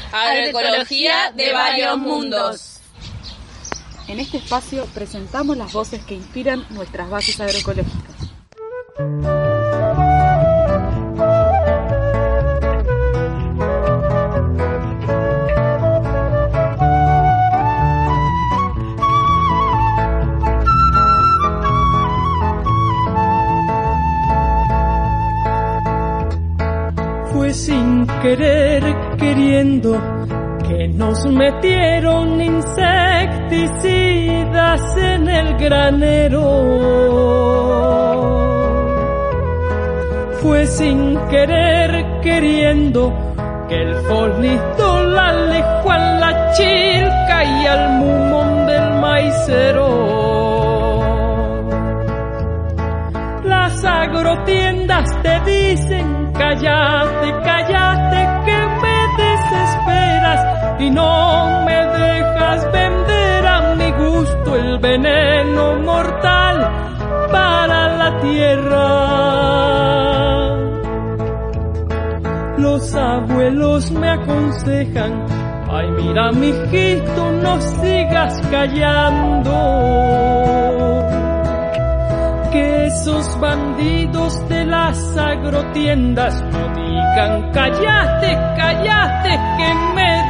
Agroecología de varios mundos. En este espacio presentamos las voces que inspiran nuestras bases agroecológicas. Fue sin querer, queriendo, que nos metieron insecticidas en el granero. Fue sin querer, queriendo, que el folidol alejó a la chilca y al mumón del maicero. Las agrotiendas te dicen: cállate, cállate, que me desesperas y no me dejas vender a mi gusto el veneno mortal para la tierra. Los abuelos me aconsejan: ay, mira, mijito, no sigas callando, que esos bandidos de las agrotiendas no digan: cállate, cállate, que me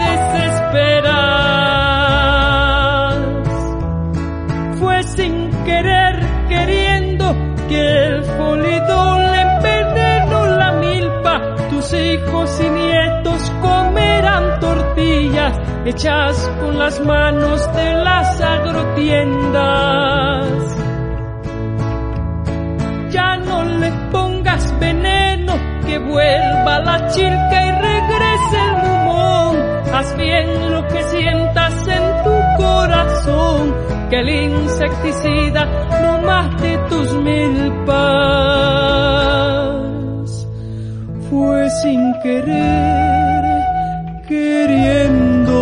desesperas. Fue sin querer, queriendo, que el folidol envenenó la milpa. Tus hijos y nietos comerán tortillas hechas con las manos de las agrotiendas. Ya no le pongas veneno, que vuelva la chilca y regrese el mumón. Haz bien lo que sientas en tu corazón, que el insecticida no mate tus milpas. Fue sin querer, queriendo.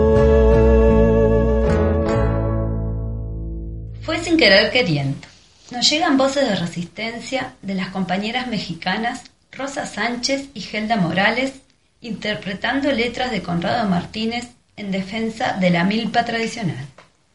Fue sin querer, queriendo. Nos llegan voces de resistencia de las compañeras mexicanas Rosa Sánchez y Gelda Morales, interpretando letras de Conrado Martínez en defensa de la milpa tradicional.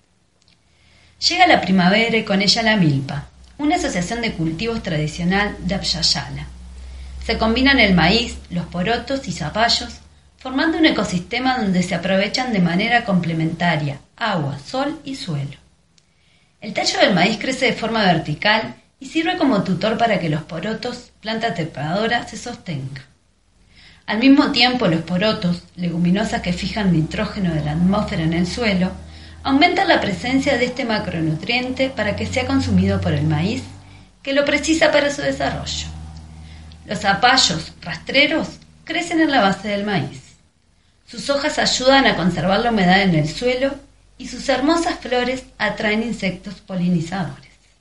Llega la primavera y con ella la milpa, una asociación de cultivos tradicional de Abya-Yala. Se combinan el maíz, los porotos y zapallos, formando un ecosistema donde se aprovechan de manera complementaria agua, sol y suelo. El tallo del maíz crece de forma vertical y sirve como tutor para que los porotos, planta trepadora, se sostengan. Al mismo tiempo, los porotos, leguminosas que fijan nitrógeno de la atmósfera en el suelo, aumentan la presencia de este macronutriente para que sea consumido por el maíz, que lo precisa para su desarrollo. Los zapallos rastreros crecen en la base del maíz. Sus hojas ayudan a conservar la humedad en el suelo y sus hermosas flores atraen insectos polinizadores.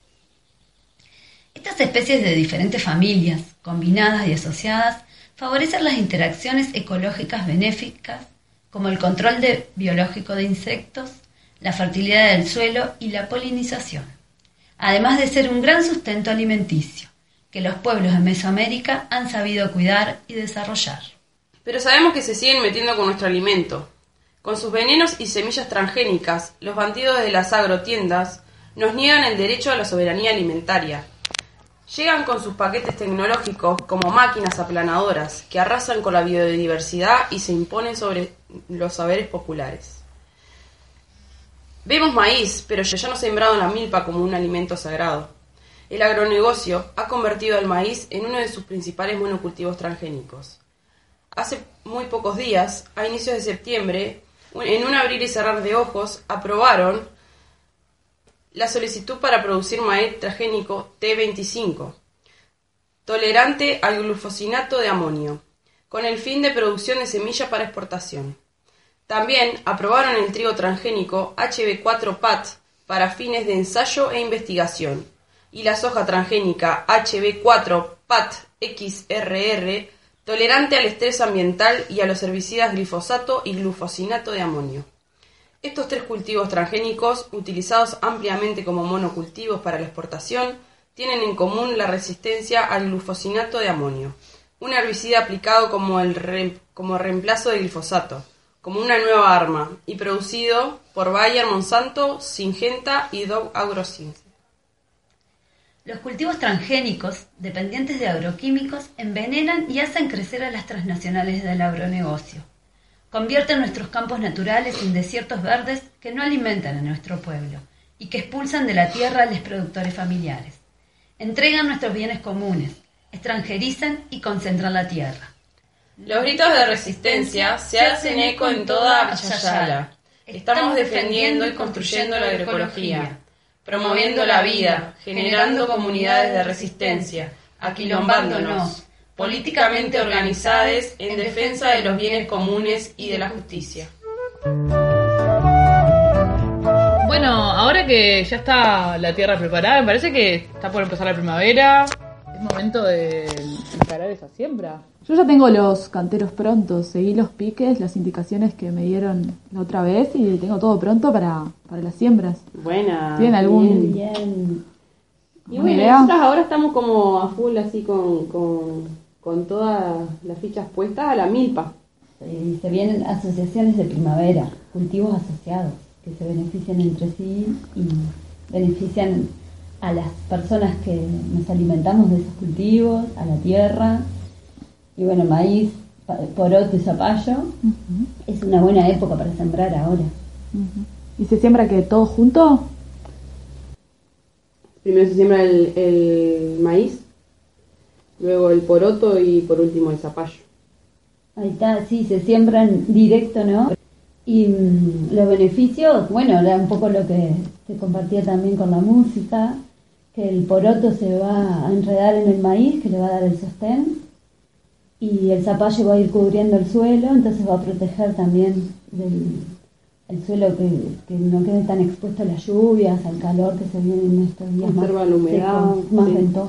Estas especies de diferentes familias, combinadas y asociadas, favorecen las interacciones ecológicas benéficas, como el control biológico de insectos, la fertilidad del suelo y la polinización, además de ser un gran sustento alimenticio, que los pueblos de Mesoamérica han sabido cuidar y desarrollar. Pero sabemos que se siguen metiendo con nuestro alimento. Con sus venenos y semillas transgénicas, los bandidos de las agrotiendas nos niegan el derecho a la soberanía alimentaria. Llegan con sus paquetes tecnológicos como máquinas aplanadoras que arrasan con la biodiversidad y se imponen sobre los saberes populares. Vemos maíz, pero ya no sembrado en la milpa como un alimento sagrado. El agronegocio ha convertido al maíz en uno de sus principales monocultivos transgénicos. Hace muy pocos días, a inicios de septiembre, en un abrir y cerrar de ojos, aprobaron la solicitud para producir maíz transgénico T25, tolerante al glufosinato de amonio, con el fin de producción de semillas para exportación. También aprobaron el trigo transgénico HB4-PAT para fines de ensayo e investigación, y la soja transgénica HB4-PAT-XRR, tolerante al estrés ambiental y a los herbicidas glifosato y glufosinato de amonio. Estos tres cultivos transgénicos, utilizados ampliamente como monocultivos para la exportación, tienen en común la resistencia al glufosinato de amonio, un herbicida aplicado como reemplazo de glifosato, como una nueva arma, y producido por Bayer, Monsanto, Syngenta y Dow AgroScience. Los cultivos transgénicos, dependientes de agroquímicos, envenenan y hacen crecer a las transnacionales del agronegocio. Convierten nuestros campos naturales en desiertos verdes que no alimentan a nuestro pueblo y que expulsan de la tierra a los productores familiares. Entregan nuestros bienes comunes, extranjerizan y concentran la tierra. Los gritos de resistencia se hacen eco en toda Ayayala. Estamos defendiendo y construyendo la agroecología, promoviendo la vida, generando comunidades de resistencia, aquilombándonos, políticamente organizadas en defensa de los bienes comunes y de la justicia. Bueno, ahora que ya está la tierra preparada, me parece que está por empezar la primavera. Es momento de encarar esa siembra. Yo ya tengo los canteros prontos, seguí los piques, las indicaciones que me dieron la otra vez y tengo todo pronto para las siembras. Buena. ¿Tienen algún Bien. Y alguna bueno, idea? nosotros ahora estamos como a full así con todas las fichas puestas a la milpa. Se vienen asociaciones de primavera, cultivos asociados, que se benefician entre sí y benefician a las personas que nos alimentamos de esos cultivos, a la tierra. Y bueno, maíz, poroto y zapallo, es una buena época para sembrar ahora. ¿Y se siembra que todo junto? Primero se siembra el maíz, luego el poroto y por último el zapallo. Ahí está, sí, se siembran directo, ¿no? Y los beneficios, bueno, era un poco lo que se compartía también con la música, que el poroto se va a enredar en el maíz, que le va a dar el sostén, y el zapallo va a ir cubriendo el suelo, entonces va a proteger también el suelo que no quede tan expuesto a las lluvias, al calor que se viene en estos días Conserva más la humedad, secos, más sí. ventosos.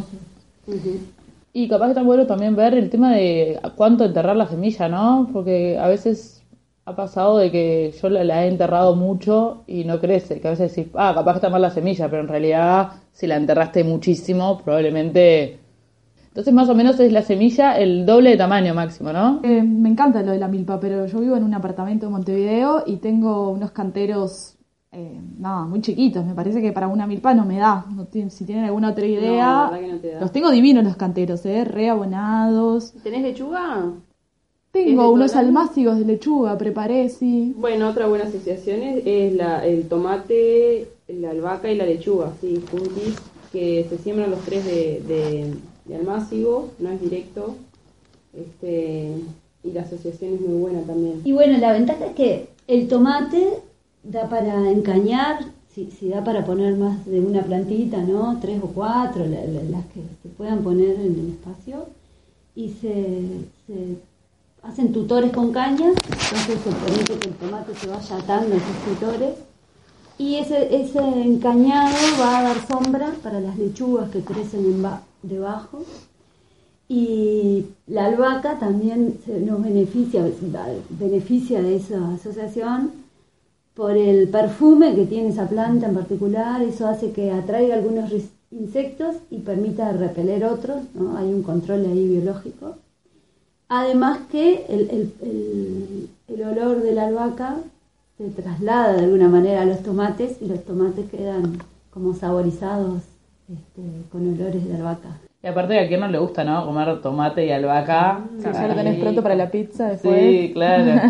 Y capaz que está bueno también ver el tema de cuánto enterrar la semilla, ¿no? Porque a veces ha pasado de que yo la he enterrado mucho y no crece. Que a veces decís, capaz que está mal la semilla, pero en realidad si la enterraste muchísimo, probablemente... Entonces más o menos es la semilla el doble de tamaño máximo, ¿no? Me encanta lo de la milpa, pero yo vivo en un apartamento en Montevideo y tengo unos canteros muy chiquitos. Me parece que para una milpa no me da. Si tienen alguna otra idea, la verdad que no te da. los tengo divinos los canteros, re abonados. ¿Tenés lechuga? Tengo unos hablando? almácigos de lechuga, preparé, sí. Bueno, otra buena asociación es el tomate, la albahaca y la lechuga, sí, juntis, que se siembran los tres de almácigo, no es directo, y la asociación es muy buena también. Y bueno, la ventaja es que el tomate da para encañar, si da para poner más de una plantita, ¿no? 3 o 4, las que se puedan poner en el espacio, y se hacen tutores con cañas, entonces se permite que el tomate se vaya atando a esos tutores, y ese encañado va a dar sombra para las lechugas que crecen debajo. Y la albahaca también nos beneficia de esa asociación por el perfume que tiene esa planta en particular. Eso hace que atraiga algunos insectos y permita repeler otros, ¿no? Hay un control ahí biológico. Además que el olor de la albahaca se traslada de alguna manera a los tomates y los tomates quedan como saborizados con olores de albahaca. Y aparte a quién no le gusta, ¿no? Comer tomate y albahaca. Si ya lo tenés pronto para la pizza después. Sí, claro.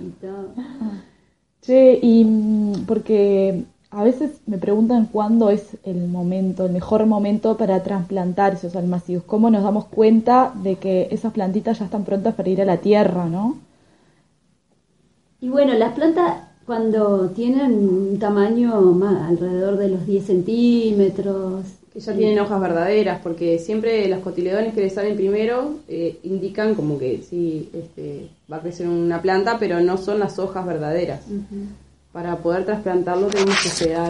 Che, y porque a veces me preguntan cuándo es el mejor momento para trasplantar esos almácigos. ¿Cómo nos damos cuenta de que esas plantitas ya están prontas para ir a la tierra, no? Y bueno, las plantas cuando tienen un tamaño más alrededor de los 10 centímetros... Que ya tienen hojas verdaderas, porque siempre los cotiledones que le salen primero indican como que sí, va a crecer una planta, pero no son las hojas verdaderas. Para poder trasplantarlo tenemos que esperar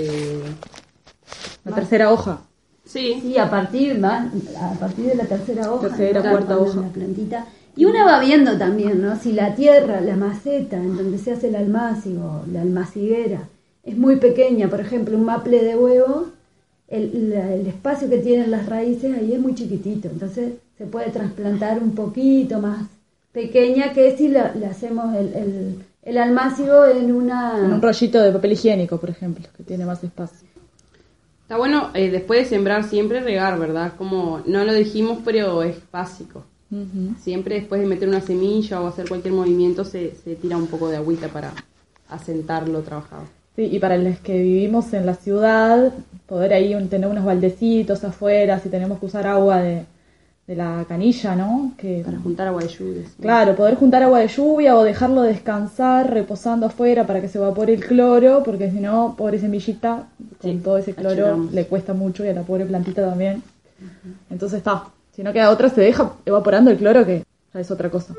La tercera hoja. Sí, a partir de la tercera hoja. Tercera, cuarta hoja. La plantita. Y una va viendo también, ¿no? Si la tierra, la maceta en donde se hace el almácigo, la almaciguera, es muy pequeña, por ejemplo, un maple de huevo, el espacio que tienen las raíces ahí es muy chiquitito, entonces se puede trasplantar un poquito más pequeña que si le hacemos el almácigo en En un rollito de papel higiénico, por ejemplo, que tiene más espacio. Está bueno, después de sembrar siempre regar, ¿verdad? Como no lo dijimos, pero es básico. Siempre después de meter una semilla o hacer cualquier movimiento se tira un poco de agüita para asentar lo trabajado. Sí, y para los que vivimos en la ciudad, poder ahí tener unos baldecitos afuera, si tenemos que usar agua de la canilla, ¿no? Para juntar agua de lluvia. ¿Sí? Claro, poder juntar agua de lluvia o dejarlo descansar reposando afuera para que se evapore el cloro, porque si no, pobre semillita, con todo ese cloro achuramos. le cuesta mucho y a la pobre plantita también. Entonces está, si no queda otra, se deja evaporando el cloro, que ya es otra cosa.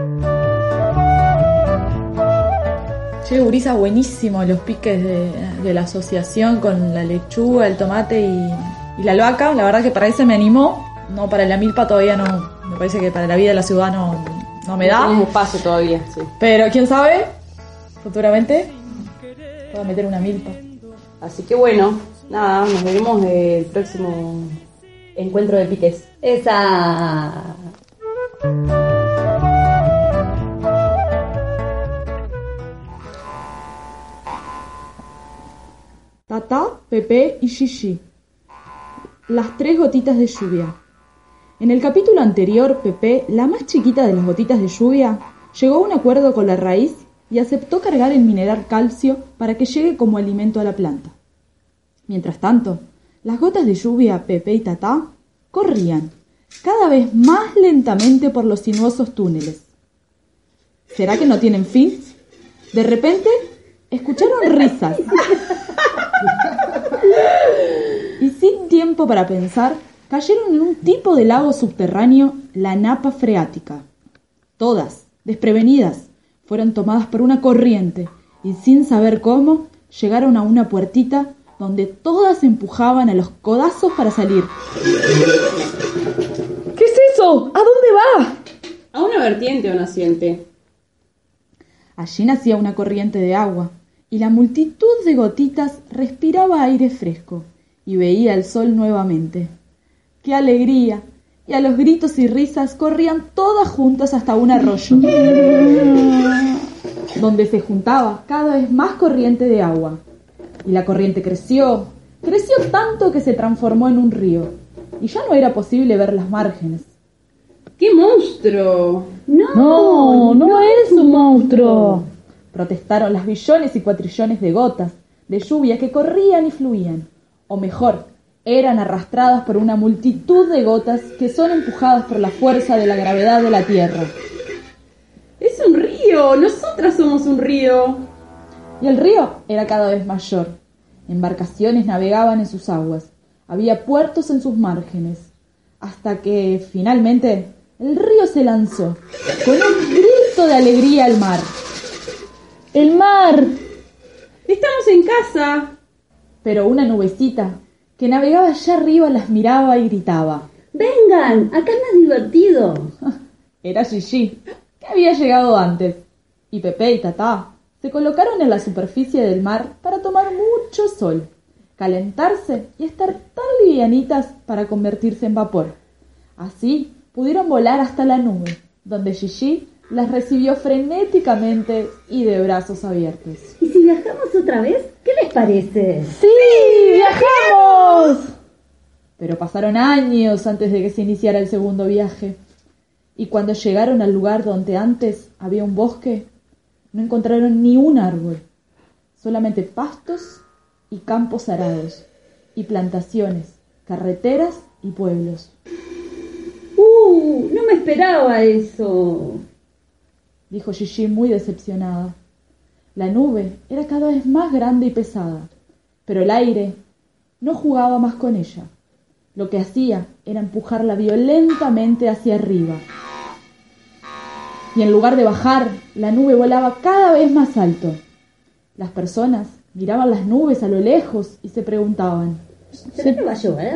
Che, gurisa, buenísimo los piques de la asociación con la lechuga, el tomate y la albahaca. La verdad que para ese me animó, no para la milpa todavía no. Me parece que para la vida de la ciudad no me da. Tenemos espacio todavía, sí. Pero quién sabe, futuramente puedo meter una milpa. Así que bueno, nada, nos veremos el próximo encuentro de piques. esa. Tatá, Pepe y Gigi. Las 3 gotitas de lluvia. En el capítulo anterior, Pepe, la más chiquita de las gotitas de lluvia, llegó a un acuerdo con la raíz y aceptó cargar el mineral calcio para que llegue como alimento a la planta. Mientras tanto, las gotas de lluvia, Pepe y Tatá, corrían cada vez más lentamente por los sinuosos túneles. ¿Será que no tienen fin? De repente, escucharon risas. Y sin tiempo para pensar, cayeron en un tipo de lago subterráneo, la napa freática. Todas, desprevenidas, fueron tomadas por una corriente y sin saber cómo, llegaron a una puertita donde todas empujaban a los codazos para salir. ¿Qué es eso? ¿A dónde va? ¿A una vertiente o naciente? Allí nacía una corriente de agua, y la multitud de gotitas respiraba aire fresco y veía el sol nuevamente. ¡Qué alegría! Y a los gritos y risas corrían todas juntas hasta un arroyo, donde se juntaba cada vez más corriente de agua. Y la corriente creció tanto que se transformó en un río, y ya no era posible ver las márgenes. ¡Qué monstruo! No es un monstruo. Protestaron las billones y cuatrillones de gotas de lluvia que corrían y fluían, o mejor, eran arrastradas por una multitud de gotas que son empujadas por la fuerza de la gravedad de la tierra. ¡Es un río! ¡Nosotras somos un río! Y el río era cada vez mayor. Embarcaciones navegaban en sus aguas, había puertos en sus márgenes, hasta que, finalmente, el río se lanzó, con un grito de alegría al mar. ¡El mar! ¡Estamos en casa! Pero una nubecita que navegaba allá arriba las miraba y gritaba. Vengan, acá es más divertido. Era Gigi, que había llegado antes, y Pepe y Tatá se colocaron en la superficie del mar para tomar mucho sol, calentarse y estar tan livianitas para convertirse en vapor. Así pudieron volar hasta la nube, donde Gigi las recibió frenéticamente y de brazos abiertos. ¿Y si viajamos otra vez? ¿Qué les parece? ¡Sí! ¡Viajamos! Pero pasaron años antes de que se iniciara el segundo viaje. Y cuando llegaron al lugar donde antes había un bosque, no encontraron ni un árbol, solamente pastos y campos arados, y plantaciones, carreteras y pueblos. No me esperaba eso. Dijo Gigi muy decepcionada. La nube era cada vez más grande y pesada, pero el aire no jugaba más con ella. Lo que hacía era empujarla violentamente hacia arriba. Y en lugar de bajar, la nube volaba cada vez más alto. Las personas miraban las nubes a lo lejos y se preguntaban, ¿será que va a llover?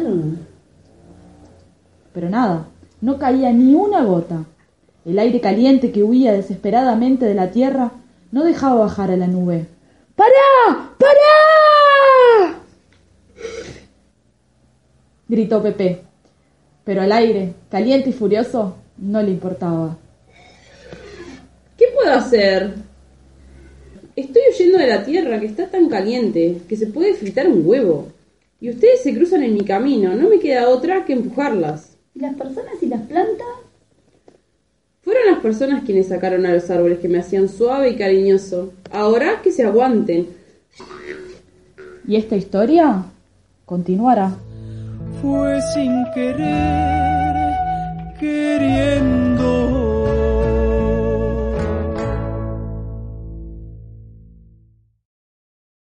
pero nada, no caía ni una gota. El aire caliente que huía desesperadamente de la tierra no dejaba bajar a la nube. ¡Pará! ¡Pará! Gritó Pepe, pero al aire, caliente y furioso, no le importaba. ¿Qué puedo hacer? Estoy huyendo de la tierra que está tan caliente que se puede fritar un huevo. Y ustedes se cruzan en mi camino, no me queda otra que empujarlas. ¿Y las personas y las plantas? Fueron las personas quienes sacaron a los árboles que me hacían suave y cariñoso. Ahora que se aguanten. Y esta historia continuará. Fue sin querer